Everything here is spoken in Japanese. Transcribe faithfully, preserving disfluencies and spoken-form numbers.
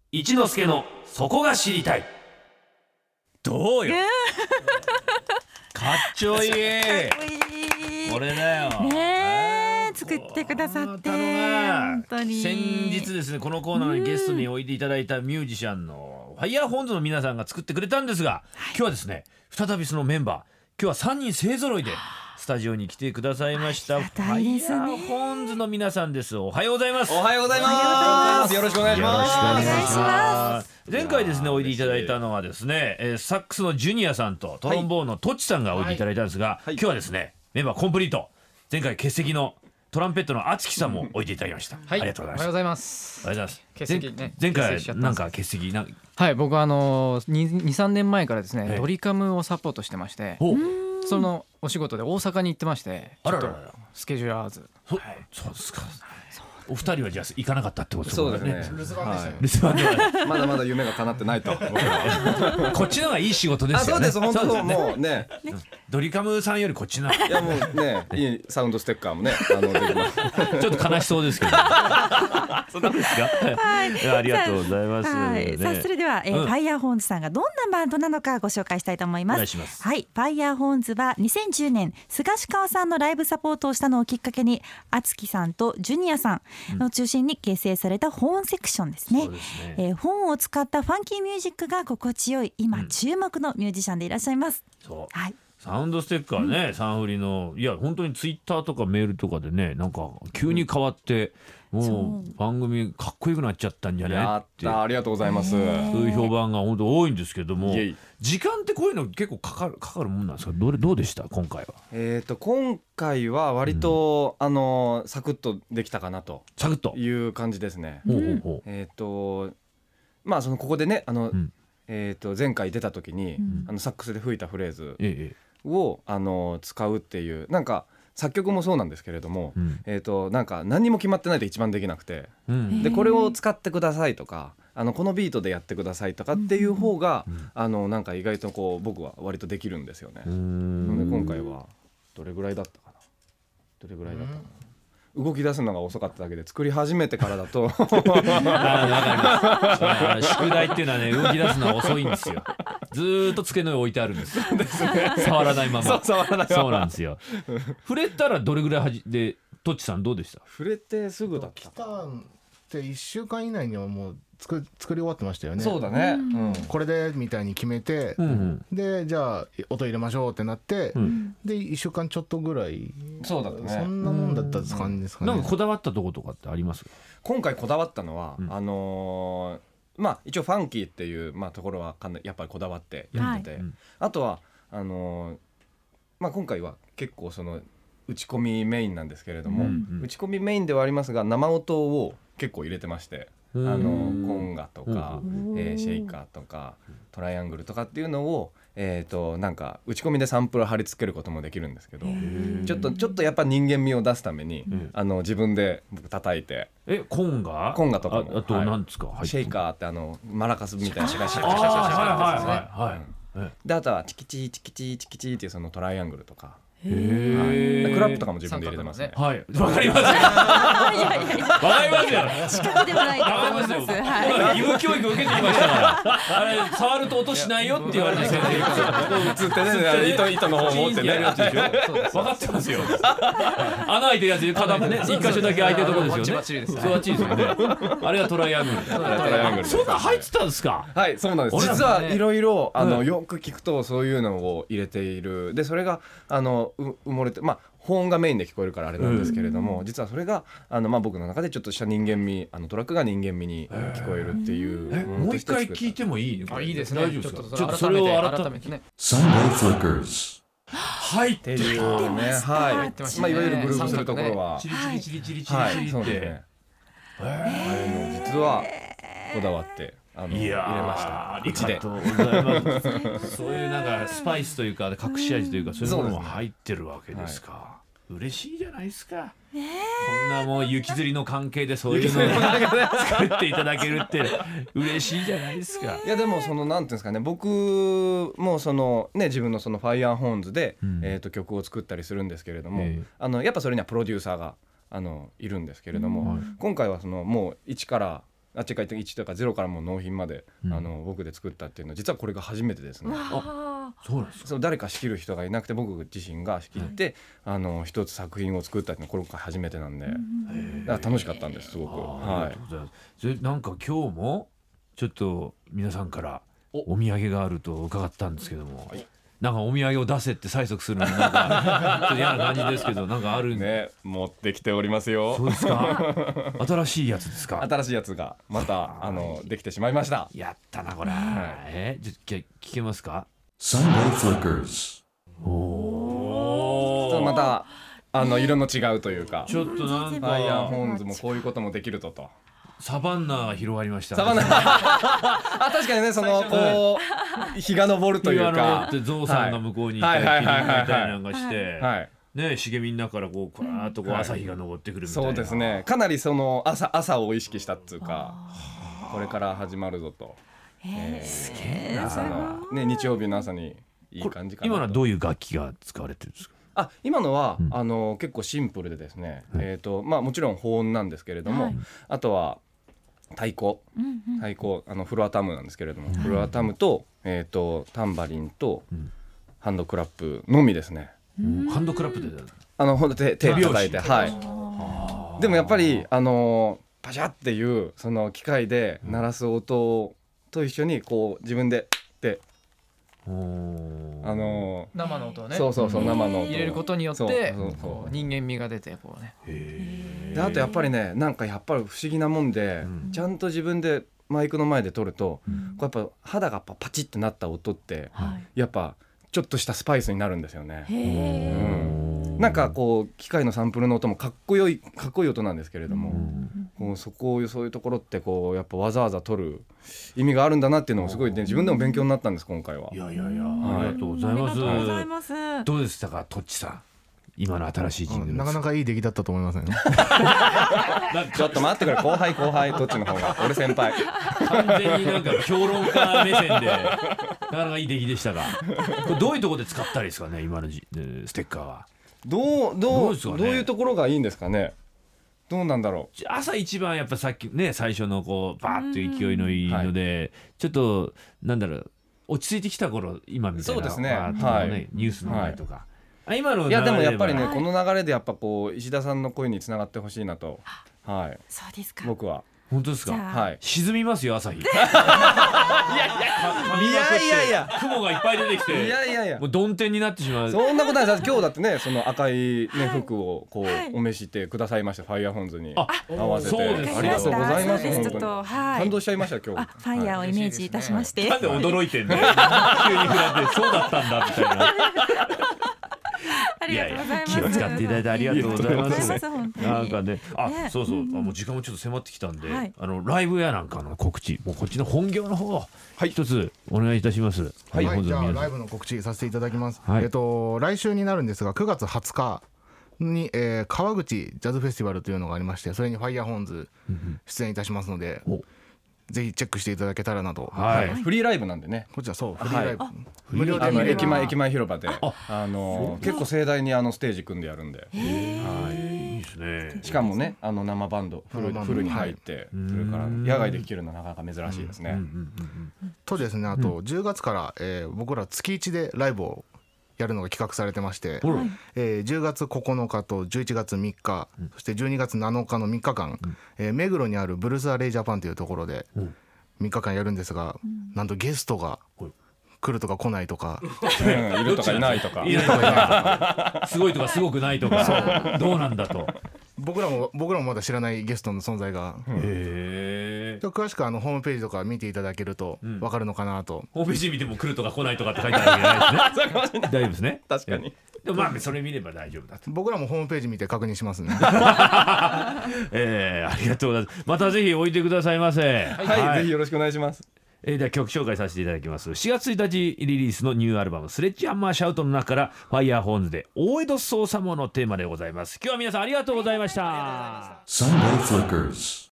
一之輔のそこが知りたい。どうよかっちょいいこれだよねえ、作ってくださって本当に先日ですね、このコーナーにゲストにおいでいただいたミュージシャンのファイヤーホーンズの皆さんが作ってくれたんですが、はい、今日はですね再びそのメンバー、今日はさんにん勢ぞろいでスタジオに来てくださいました。ファイヤーホーンズの皆さんです。おはようございます。 おはようございます。よろしくお願いします。 よろしくお願いします。前回ですねおいでいただいたのはですね、えー、サックスのジュニアさんとトロンボーンのトッチさんがおいでいただいたんですが、はいはい、今日はですねメンバーコンプリート、前回欠席のトランペットのあつきさんもおいでいただきました、はい、ありがとうございます。 おはようございます。 欠席ね、前回なんか欠席な、 はい、僕はあの にさんねんまえからですね、ドリカムをサポートしてまして、そのお仕事で大阪に行ってまして、ちょっとスケジュール合わず。 そ、はい、そうですか。お二人はじゃあ行かなかったってことですね。 そうですね。 留守番でしたね。留守番ではまだまだ夢が叶ってないと。 こっちの方がいい仕事ですよね。 あ、そうです。本当もうね。 ドリカムさんよりこっちの。 いやもうね、いいサウンドステッカーもね、あのできます。 ちょっと悲しそうですけど。そうなんですか。はい。ありがとうございます。 はい。さあそれでは、えーうん、ファイヤーホーンズさんがどんなバンドなのかご紹介したいと思います。お願いします。 はい。ファイヤーホーンズはにせんじゅうねん菅氏川さんのライブサポートをしたのをきっかけに、あつきさんとジュニアさんの中心に結成されたホーンセクションですね。そうですね。えー、ホーンを使ったファンキーミュージックが心地よい今注目のミュージシャンでいらっしゃいます。 うん、そう。 はい。 サウンドステッカーね、うん、サンフリの、いや本当にツイッターとかメールとかでね、なんか急に変わって、うん、もう番組かっこよくなっちゃったんじゃないって。 やった、ありがとうございます。そういう評判が本当多いんですけども、時間ってこういうの結構かかるかかるもんなんですか。どれどうでした今回は。 えーと今回は割と、うん、あのサクッとできたかなとサクッという感じですね。 ほうほうほう。 えーとまあそのここでね、あの、うん、えーと前回出た時に、うん、あのサックスで吹いたフレーズ、ええをあの使うっていう、なんか作曲もそうなんですけれども、うん、えーとなんか何も決まってないと一番できなくて、うん、でこれを使ってくださいとか、あのこのビートでやってくださいとかっていう方が、うん、あのなんか意外とこう僕は割とできるんですよね。なので今回はどれぐらいだったかなどれぐらいだったかな、うん、動き出すのが遅かっただけで、作り始めてからだとあ分かります。宿題っていうのはね、動き出すのは遅いんですよ。ずーっと机の上置いてあるんです触らないまま。 そう触らないまま。 そうなんですよ。触れたらどれぐらいはじで、トッチさんどうでした？ 触れてすぐだった。 来たっていっしゅうかん以内にはもう作, 作り終わってましたよね。 そうだね、うん、 これでみたいに決めて、うん、でじゃあ音入れましょうってなって、うん、でいっしゅうかんちょっとぐらい。 そうだね。 そんなもんだった感じですかね。 なんかこだわったとことかってあります？ 今回こだわったのは、うん、あのーまあ、一応ファンキーっていう、まあ、ところはかなりやっぱりこだわってやってて、はい、あとはあのーまあ、今回は結構その打ち込みメインなんですけれども、うんうん、打ち込みメインではありますが生音を結構入れてまして、あのコンガとか、えー、シェイカーとかトライアングルとかっていうのを、えー、となんか打ち込みでサンプル貼り付けることもできるんですけど、ちょっとちょっとやっぱ人間味を出すために、あの自分で僕叩いて、 えコンガコンガとかも、 あ, あと何ですか、 はい、シェイカーってあのマラカスみたいなシャカシャカシャカシャカシャカシャカですね。 であとはチキチチキチチキチっていうそのトライアングルとか、へー、はい、クラップとかも自分で入れてますね。 はい、わかりますよ。わかりますよ。 資格でもないと思います。 はい、義務教育受けてきましたから。あれ触ると音しないよって言われてるんですけど、 映ってね、糸糸の方持ってね。 分かってますよ。穴開いてるやつ片ね、一箇所だけ開いてるところですよね。バッチリです。そうバッチリですよね。あれがトライアングル。トライアングル。そんな入ってたんですか。 はい、そうなんです。実はいろいろあのよく聞くとそういうのを入れている。でそれがあの埋もれて、まあ保音がメインで聞こえるからあれなんですけれども、うん、実はそれがあの、まあ、僕の中でちょっとした人間味、あのトラックが人間味に聞こえるっていう、 えもう一回聞いてもいい？ あ、いいですね。 大丈夫ですか？ ちょっとそれを改めてね。 Sunday Flickers 入ってるよね。 はい、まあいわゆるグルーブするところはチリチリチリチリチリチリって、 あれの実はこだわってあの入れました。 ありがとうございます。そういうなんかスパイスというか隠し味というかそういうものも入ってるわけですか。はい、嬉しいじゃないですか。こんなもう雪吊りの関係でそういうのを作っていただけるって嬉しいじゃないですか。 いやでもそのなんていうんですかね、僕もそのね自分のそのファイヤーホーンズで、うん、えーと曲を作ったりするんですけれども、えー、あのやっぱそれにはプロデューサーがあのいるんですけれども、うん、今回はそのもう一からあっちからいちとかゼロからもう納品まで、うん、あの僕で作ったっていうのは実はこれが初めてですね。 あ、そうなんですか。 そう誰か仕切る人がいなくて僕自身が仕切って、はい、あの一つ作品を作ったっていうのはこれが初めてなんで、だから楽しかったんですすごく。 はい、それなんか今日もちょっと皆さんからお土産があると伺ったんですけども、はい、なんかお土産を出せって催促するのになんかちょっと嫌な感じですけどなんかあるね。持ってきておりますよ。 そうですか。新しいやつですか。 新しいやつがまたあのできてしまいました。 やったなこれ、はい、えー、じゃ聞けますか。 サンデーフリッカーズ。 おお。またあの色の違うというか、 ちょっとなんかファイヤーホーンズもこういうこともできるとと。 サバンナが広がりました、 ね、サバンナあ確かにねそのこう日が昇るというかってゾウさんが向こうに行ったり切り抜いたりなんかしてね茂みの中からこうパーッとこう朝日が昇ってくるみたいな、 そうですねかなりその 朝, 朝を意識したっていうかこれから始まるぞと、 えー、すげえ朝の、ね、日曜日の朝にいい感じかなと。 今のはどういう楽器が使われてるんですか。 あ今のは、うん、あの結構シンプルでですね、うんえーとまあ、もちろん保音なんですけれども、はい、あとは太鼓、うんうん、太鼓あのフロアタムなんですけれども、うん、フロアタムと、えーとタンバリンと、うん、ハンドクラップのみですね、 うん、ハンドクラップであのほんと手手叩いて、はい、でもやっぱりあのパシャっていうその機械で鳴らす音と一緒にこう自分でってあの生の音をねそうそうそう生の音を入れることによって人間味が出てこうね。 へであとやっぱりねなんかやっぱり不思議なもんで、うん、ちゃんと自分でマイクの前で撮ると、うん、こうやっぱ肌がパチッとなった音って、はい、やっぱちょっとしたスパイスになるんですよね。へー、うん、なんかこう機械のサンプルの音もかっこよいかっこいい音なんですけれども、うん、こうそこをそういうところってこうやっぱわざわざ撮る意味があるんだなっていうのもすごい、ね、自分でも勉強になったんです今回は。 いやいやいや、はい、ありがとうございます。ありがとうございます。どうでしたかトッチさん今の新しいジングル。 なかなかいい出来だったと思いますねちょっと待ってくれ後輩後輩どっちの方が俺先輩完全になんか評論家目線でなかなかいい出来でしたがこれどういうところで使ったらいいですかね今のジステッカーは。 どうどうどうどういうところがいいんですかね。どうなんだろう。 朝一番やっぱさっきね最初のこうバーッと勢いのいいので、はい、ちょっとなんだろう落ち着いてきた頃今みたいなそうですね、 はい、ニュースの前とか、はい今のいやでもやっぱりね、はい、この流れでやっぱこう石田さんの声につながってほしいなと、はい、 そうですか。 僕は本当ですか。 はい、 沈みますよ朝日いやいやいやいや雲がいっぱい出てきていやいやいやもう曇天になってしまう。 そんなことないです。今日だってねその赤い、ね、服をこう、はい、お召してくださいましたファイヤーホンズに合わせてありがとうございます。本当に、はい、感動しちゃいました今日。 ファイヤーをイメージいたしまして、 はい、なんで驚いてんの急に比べてそうだったんだみたいな。いやいや気を使っていただいてありがとうございます。なんかねあ、ね、そうそう、うん、あもう時間もちょっと迫ってきたんで、はい、あのライブやなんかの告知もうこっちの本業の方を一つお願いいたします。 はい、はい、じゃあライブの告知させていただきます。はい、えっと来週になるんですがくがつはつかに、えー、川口ジャズフェスティバルというのがありましてそれにファイヤーホーンズ出演いたしますので、うんぜひチェックしていただけたらなと、 はい、フリーライブなんでねこちらそうフリーライブ、はい、 無料で見れる駅前駅前広場でああの結構盛大にあのステージ組んでやるんで、 はい、いいですね。 しかもねあの生バンドフル、フルに入って、はい、それから野外で聴けるのはなかなか珍しいですね。 とですねあとじゅうがつから、えー、僕ら月いちでライブをやるのが企画されてまして、はいえー、じゅうがつここのかとじゅういちがつみっか、うん、そしてじゅうにがつなのかのみっかかん、うんえー、目黒にあるブルース・アレイ・ジャパンというところでみっかかんやるんですが、うん、なんとゲストが来るとか来ないとか、 うん、いるとかいないとかいるとかいないとかすごいとかすごくないとかどうなんだと僕らも僕らもまだ知らないゲストの存在が、うん、 へー詳しくあのホームページとか見ていただけると分かるのかなと、 うん、ホームページ見ても来るとか来ないとかって書いてあるわけじゃないですね大丈夫ですね。 確かにでもまあそれ見れば大丈夫だと僕らもホームページ見て確認しますねえー、ありがとうございます。またぜひ置いてくださいませ。 はい、はい、ぜひよろしくお願いします。 えー、では曲紹介させていただきます。しがつついたちリリースのニューアルバムスレッジハンマーシャウトの中からファイヤーホーンズで大江戸捜査網のテーマでございます。今日は皆さんありがとうございました。 Sunday Flickers